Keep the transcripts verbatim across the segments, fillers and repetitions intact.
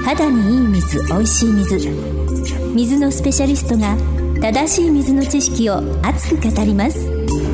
肌にいい水、おいしい水。水のスペシャリストが正しい水の知識を熱く語ります。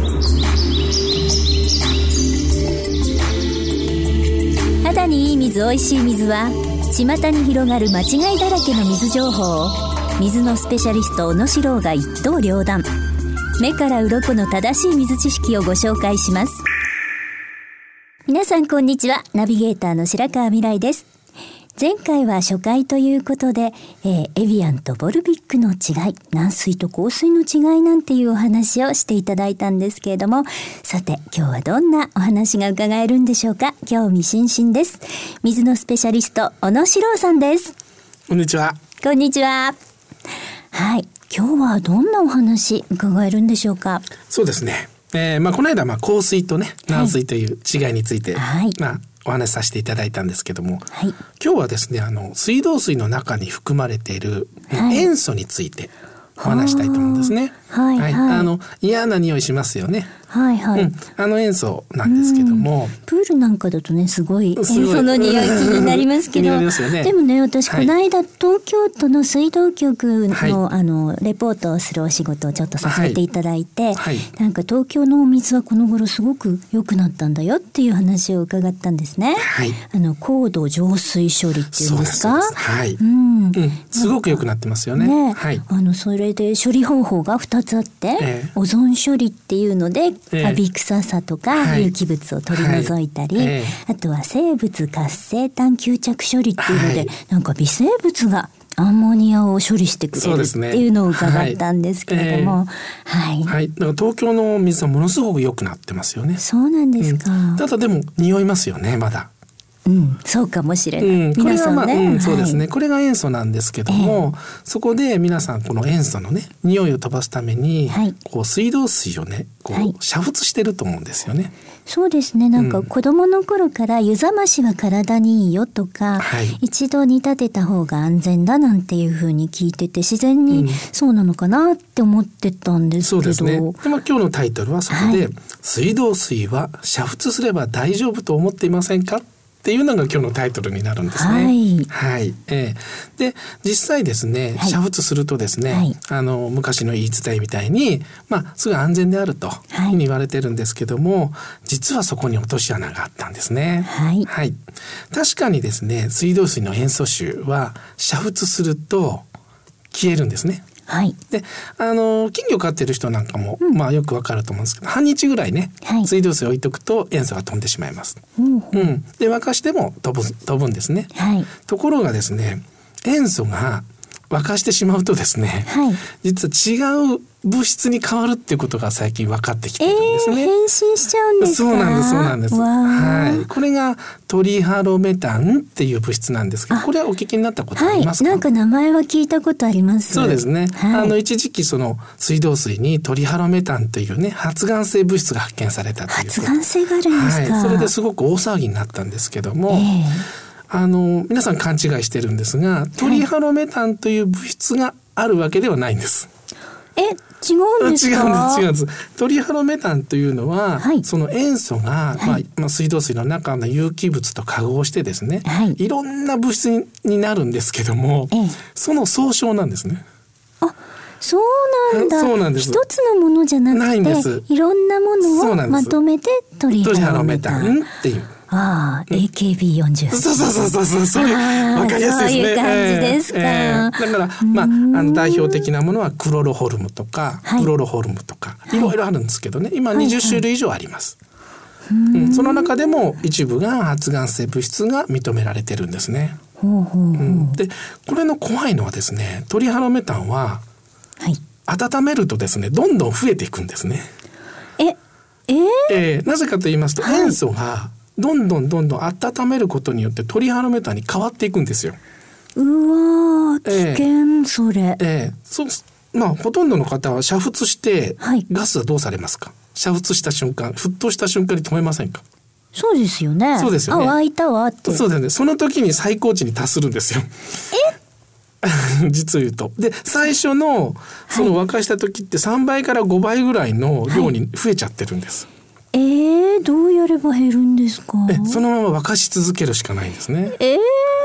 肌にいい水、おいしい水は巷に広がる間違いだらけの水情報を水のスペシャリスト小野史郎が一刀両断、目から鱗の正しい水知識をご紹介します。皆さんこんにちは。ナビゲーターの白川未来です。前回は初回ということで、えー、エビアンとボルビックの違い、軟水と硬水の違いなんていうお話をしていただいたんですけれども、さて今日はどんなお話が伺えるんでしょうか。興味津々です。水のスペシャリスト小野史郎さんです。 こんにちは。 こんにちは。はい、今日はどんなお話伺えるんでしょうか。 そうですね、えーまあ、この間、まあ、硬水とね軟水という違いについて、 はい、 まあお話しさせていただいたんですけども、 はい、 今日はですね、あの水道水の中に含まれている塩素についてお話したいと思うんですね。 はいはい、 はい、あの嫌な匂いしますよね。 はいはい、うん、 あの塩素なんですけども、 プールなんかだとねすごい塩素の匂い気になりますけどね、でもね私この間、はい、東京都の水道局の、はい、あのレポートをするお仕事をちょっとさせていただいて、はいはい、なんか東京のお水はこの頃すごく良くなったんだよっていう話を伺ったんですね。はい、あの高度浄水処理っていうんですか。 はい、うんうん、すごく良くなってますよね。ね、 はい、あのそれで処理方法がふたつあって、えー、オゾン処理っていうのでカビ臭さとか有機物を取り除いたり、はいはい、あとは生物活性炭吸着処理っていうので、はい、なんか微生物がアンモニアを処理してくれるっていうのを伺ったんですけれども、はい、はい、 だから東京の水はものすごく良くなってますよね。 そうなんですか。 うん、ただでも匂いますよね、まだ。 うん、そうかもしれない。 うん、これがまあ、 ね、 うん、そうですね、 はい、 これが塩素なんですけども、えー、そこで皆さんこの塩素のね匂いを飛ばすために、はい、こう水道水をねこう、はい、煮沸してると思うんですよね。 そうですね、なんか子供の頃から湯冷ましは体にいいよとか、はい、一度煮立てた方が安全だなんていう風に聞いてて、自然にそうなのかなって思ってたんですけど、うん、そうですね。でも今日のタイトルはそこで、はい、水道水は煮沸すれば大丈夫と思っていませんかっていうのが今日のタイトルになるんですね。はい、はい、えー、で実際ですね、はい、煮沸するとですね、はい、あの昔の言い伝えみたいに、まあ、すぐ安全であるというふうに言われてるんですけども、はい、実はそこに落とし穴があったんですね。はい、はい、確かにですね、水道水の塩素臭は煮沸すると消えるんですね。はい、であの金魚飼ってる人なんかも、うん、まあ、よくわかると思うんですけど、半日ぐらいね、はい、水道水を置いとくと塩素が飛んでしまいます。うんうん、で沸かしても飛ぶ、飛ぶんですね。はい、ところがですね、塩素が沸かしてしまうとですね、はい、実は違う物質に変わるっていうことが最近分かってきているんですね。 えー、変身しちゃうんですか。 そうなんです、そうなんです。はい、これがトリハロメタンっていう物質なんですけど、これはお聞きになったことありますか。 はい、なんか名前は聞いたことあります。 そうですね。はい、あの一時期その水道水にトリハロメタンというね発がん性物質が発見されたという。 発がん性があるんですか。 はい、それですごく大騒ぎになったんですけども。えーあの皆さん勘違いしてるんですが、トリハロメタンという物質があるわけではないんです。 え、違うんですか。 違うんです、違うんです。トリハロメタンというのは、はい、その塩素が、はい、まあまあ、水道水の中の有機物と化合してですね、はい、いろんな物質 に, になるんですけども、ええ、その総称なんですね。 あ、そうなんだ。そうなんです。一つのものじゃなくてないんです。いろんなものをまとめてトリハロメタンっていう。ああ、エーケービーよんじゅう。 そうそうそうそうそう、それわかりやすいですね。 そういう感じですか。 えー、だからまああの代表的なものはクロロホルムとか、はい、クロロホルムとかいろいろあるんですけどね、今にじゅっしゅるい以上あります。はいはい、うん、その中でも一部が発がん性物質が認められてるんですね。ほうほうほう、うん、でこれの怖いのはですね、トリハロメタンは、はい、温めるとですねどんどん増えていくんですね。 ええーえー、なぜかと言いますと、はい、塩素がどんどんどんどん温めることによってトリハロメタンに変わっていくんですよ。 うわー、危険、えー、それ。 えー、そう、まあほとんどの方は煮沸して、はい、ガスはどうされますか。煮沸した瞬間、沸騰した瞬間に止めませんか。 そうですよね。 そうですよね。 あ、沸いたわって。 そうですね。その時に最高値に達するんですよ。え実を言うと。で最初のその沸かした時ってさんばいからごばいぐらいの量に増えちゃってるんです。はいえー、どうやれば減るんですか。 えそのまま沸かし続けるしかないんですね。 えー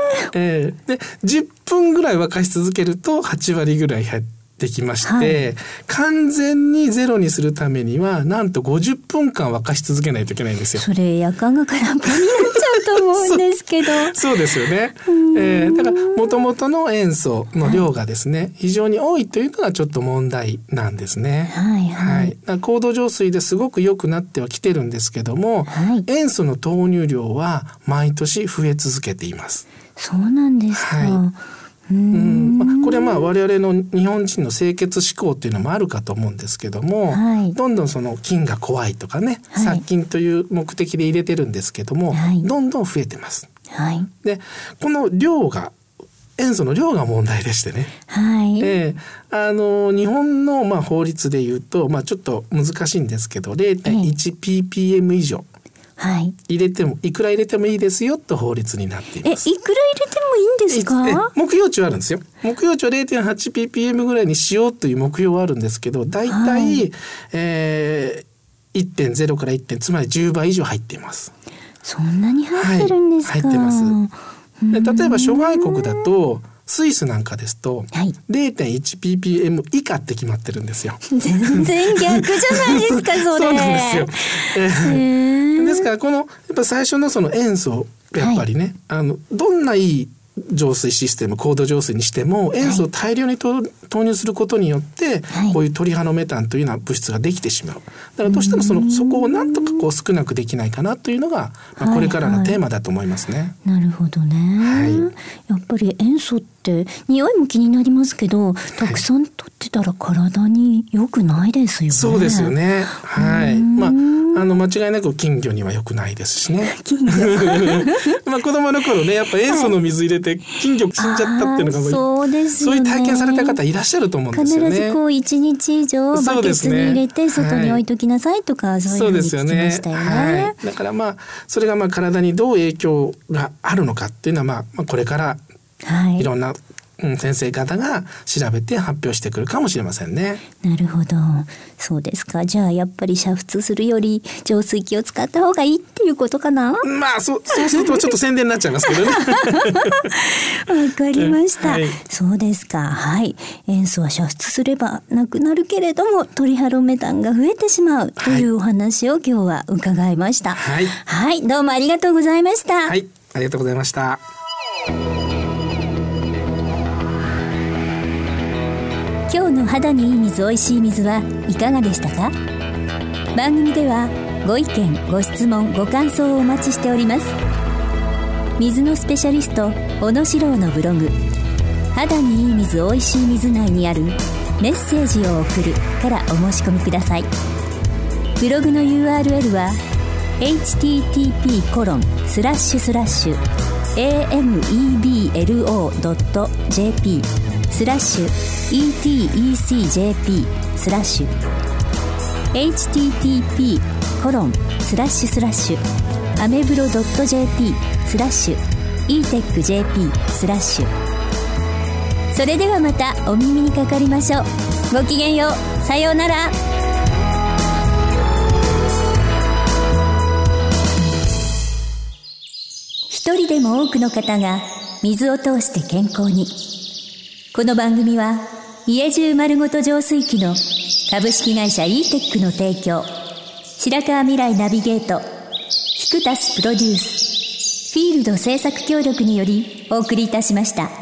えー、でじゅっぷんぐらい沸かし続けるとはち割ぐらい減ってきまして、はい、完全にゼロにするためにはなんとごじゅっぷんかん沸かし続けないといけないんですよ。 それ夜間が空っぽになっちゃうと思うんですけどそ, そうですよね、えー、だから元々の塩素の量がですね、はい、非常に多いというのがちょっと問題なんですね。 はいはい、はい、 だから高度浄水ですごく良くなってはきてるんですけども、はい、塩素の投入量は毎年増え続けています。 そうなんですか、はいうんまあ、これはまあ我々の日本人の清潔志向っていうのもあるかと思うんですけども、はい、どんどんその菌が怖いとかね、はい、殺菌という目的で入れてるんですけども、はい、どんどん増えてます、はい、でこの量が塩素の量が問題でしてね、はいえー、あの日本のまあ法律でいうと、まあ、ちょっと難しいんですけど ゼロテンいちピーピーエム 以上はい、入れてもいくら入れてもいいですよと法律になっています。 えいくら入れてもいいんですか？ 目標値はあるんですよ。目標値は ゼロテンはちピーピーエム ぐらいにしようという目標はあるんですけど、だいたい、えー、いってんゼロ から いってんつまりじゅうばい以上入っています。 そんなに入ってるんですか？はい、 入ってます。で例えば諸外国だとスイスなんかですと、はい、ゼロテンいちピーピーエム 以下って決まってるんですよ。 全然逆じゃないですかそれ。 そうなんですよ。えーですからこのやっぱ最初のその塩素やっぱりね、はい、あのどんないい浄水システム高度浄水にしても塩素を大量にと、はい、投入することによって、はい、こういう鳥ハノメタンというような物質ができてしまう。だからどうしてもそのそこをなんとかこう少なくできないかなというのが、まあ、これからのテーマだと思いますね。はいはい、 なるほどね、はい、やっぱり塩素って匂いも気になりますけどたくさん取ってたら体に良くないですよね。 そうですよね。はい。まああの間違いなく金魚には良くないですしね。金魚まあ子供の頃ねやっぱ塩素の水入れて金魚死んじゃったっていうのが、はい、そうですよね、そういう体験された方いらっしゃると思うんですよね。 必ずこう一日以上バケツに入れて外に置いときなさいとかそういうふうに聞きましたよね。はい、 だからまあそれがまあ体にどう影響があるのかっていうのはまあ、まあ、これからいろんな、はいうん、先生方が調べて発表してくるかもしれませんね。 なるほど、そうですか。じゃあやっぱり煮沸するより浄水器を使った方がいいっていうことかな。 まあ そ, そうするとちょっと宣伝になっちゃいますけどね。 わかりました、はい、そうですか。はい、塩素は煮沸すればなくなるけれどもトリハロメタンが増えてしまうというお話を今日は伺いました。はい、はい、どうもありがとうございました。 はい、ありがとうございました。 今日の肌にいい水、おいしい水はいかがでしたか？番組ではご意見、ご質問、ご感想をお待ちしております。水のスペシャリスト小野史郎のブログ肌にいい水、おいしい水内にあるメッセージを送るからお申し込みください。ブログの ユーアールエル は エイチティーティーピーコロンスラッシュスラッシュエーエムイービーエルオードットジェーピースラッシュ イーティーイーシージェーピー スラッシュ エイチティーティーピーコロンスラッシュスラッシュアメブロドットジェーピースラッシュ イーテックジェーピー スラッシュ。それではまたお耳にかかりましょう。ごきげんよう。さようなら。一人でも多くの方が水を通して健康に。この番組は家中丸ごと浄水器の株式会社 イーテック の提供、白川未来ナビゲート、キクタスプロデュース、フィールド制作協力によりお送りいたしました。